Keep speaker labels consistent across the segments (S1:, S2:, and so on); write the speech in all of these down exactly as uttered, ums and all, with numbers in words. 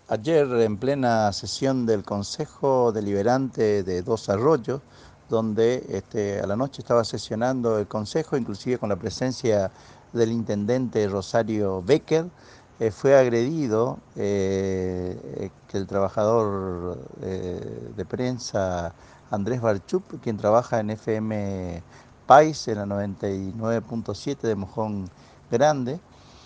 S1: Ayer, en plena sesión del Consejo Deliberante de Dos Arroyos, donde este, a la noche estaba sesionando el Consejo, inclusive con la presencia del intendente Rosario Becker, eh, fue agredido eh, eh, que el trabajador eh, de prensa Andrés Barchup, quien trabaja en F M País, en la noventa y nueve punto siete de Mojón Grande.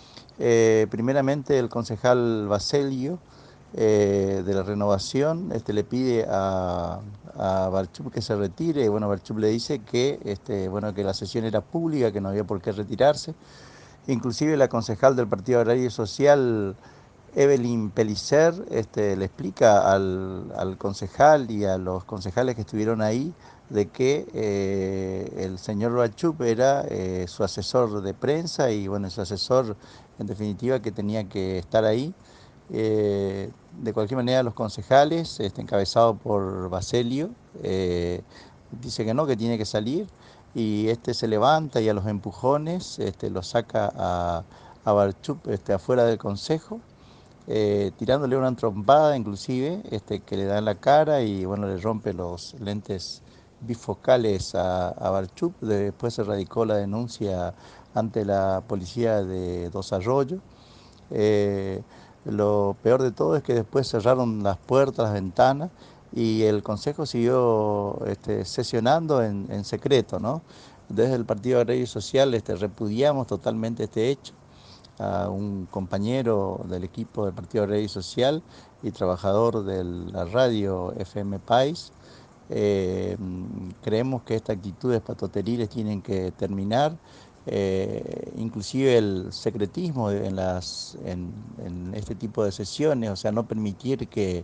S1: Eh, primeramente el concejal Baselio eh, de la Renovación este, le pide a, a Barchup que se retire. Bueno, Barchup le dice que, este, bueno, que la sesión era pública, que no había por qué retirarse. Inclusive la concejal del Partido Agrario Social, Evelyn Pellicer, este, le explica al, al concejal y a los concejales que estuvieron ahí de que eh, el señor Barchup era eh, su asesor de prensa y bueno, su asesor en definitiva que tenía que estar ahí. Eh, de cualquier manera los concejales, este, encabezados por Baselio, eh, dice que no, que tiene que salir y este se levanta y a los empujones este, lo saca a, a Barchup este, afuera del consejo, eh, tirándole una trompada inclusive, este, que le da en la cara y bueno, le rompe los lentes bifocales a, a Barchup. Después se radicó la denuncia ante la policía de Dos Arroyos. Eh, lo peor de todo es que después cerraron las puertas, las ventanas y el Consejo siguió este, sesionando en, en secreto, ¿no? Desde el Partido Agrario y Social este, repudiamos totalmente este hecho. A un compañero del equipo del Partido Agrario y Social y trabajador de la radio F M País. Eh, creemos que estas actitudes patoteriles tienen que terminar, eh, inclusive el secretismo en, las, en, en este tipo de sesiones, o sea, no permitir que,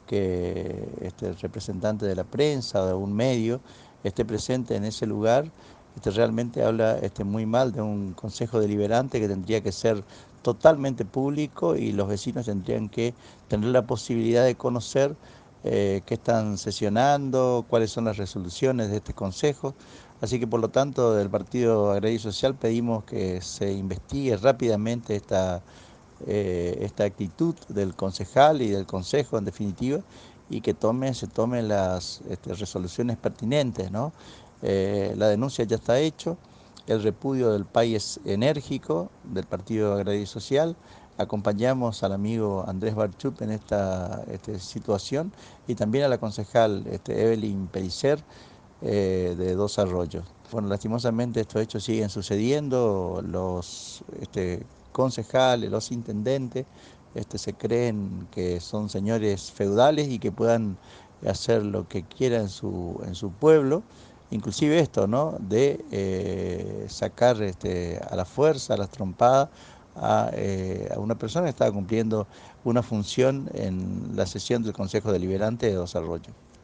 S1: que este representante de la prensa o de algún medio esté presente en ese lugar. Este realmente habla este, muy mal de un consejo deliberante que tendría que ser totalmente público y los vecinos tendrían que tener la posibilidad de conocer eh, qué están sesionando, cuáles son las resoluciones de este consejo. Así que por lo tanto del Partido Agrario y Social pedimos que se investigue rápidamente esta, eh, esta actitud del concejal y del consejo en definitiva y que tome, se tomen las este, resoluciones pertinentes, ¿no? Eh, la denuncia ya está hecha, el repudio del país enérgico del Partido Agrario y Social. Acompañamos al amigo Andrés Barchup en esta este, situación y también a la concejal este, Evelyn Pellicer eh, de Dos Arroyos. Bueno, lastimosamente estos hechos siguen sucediendo, los este, concejales, los intendentes, este, se creen que son señores feudales y que puedan hacer lo que quieran en su, en su pueblo, inclusive esto, ¿no? De eh, sacar este, a la fuerza, a las trompadas, a, eh, a una persona que estaba cumpliendo una función en la sesión del Consejo Deliberante de Dos Arroyos.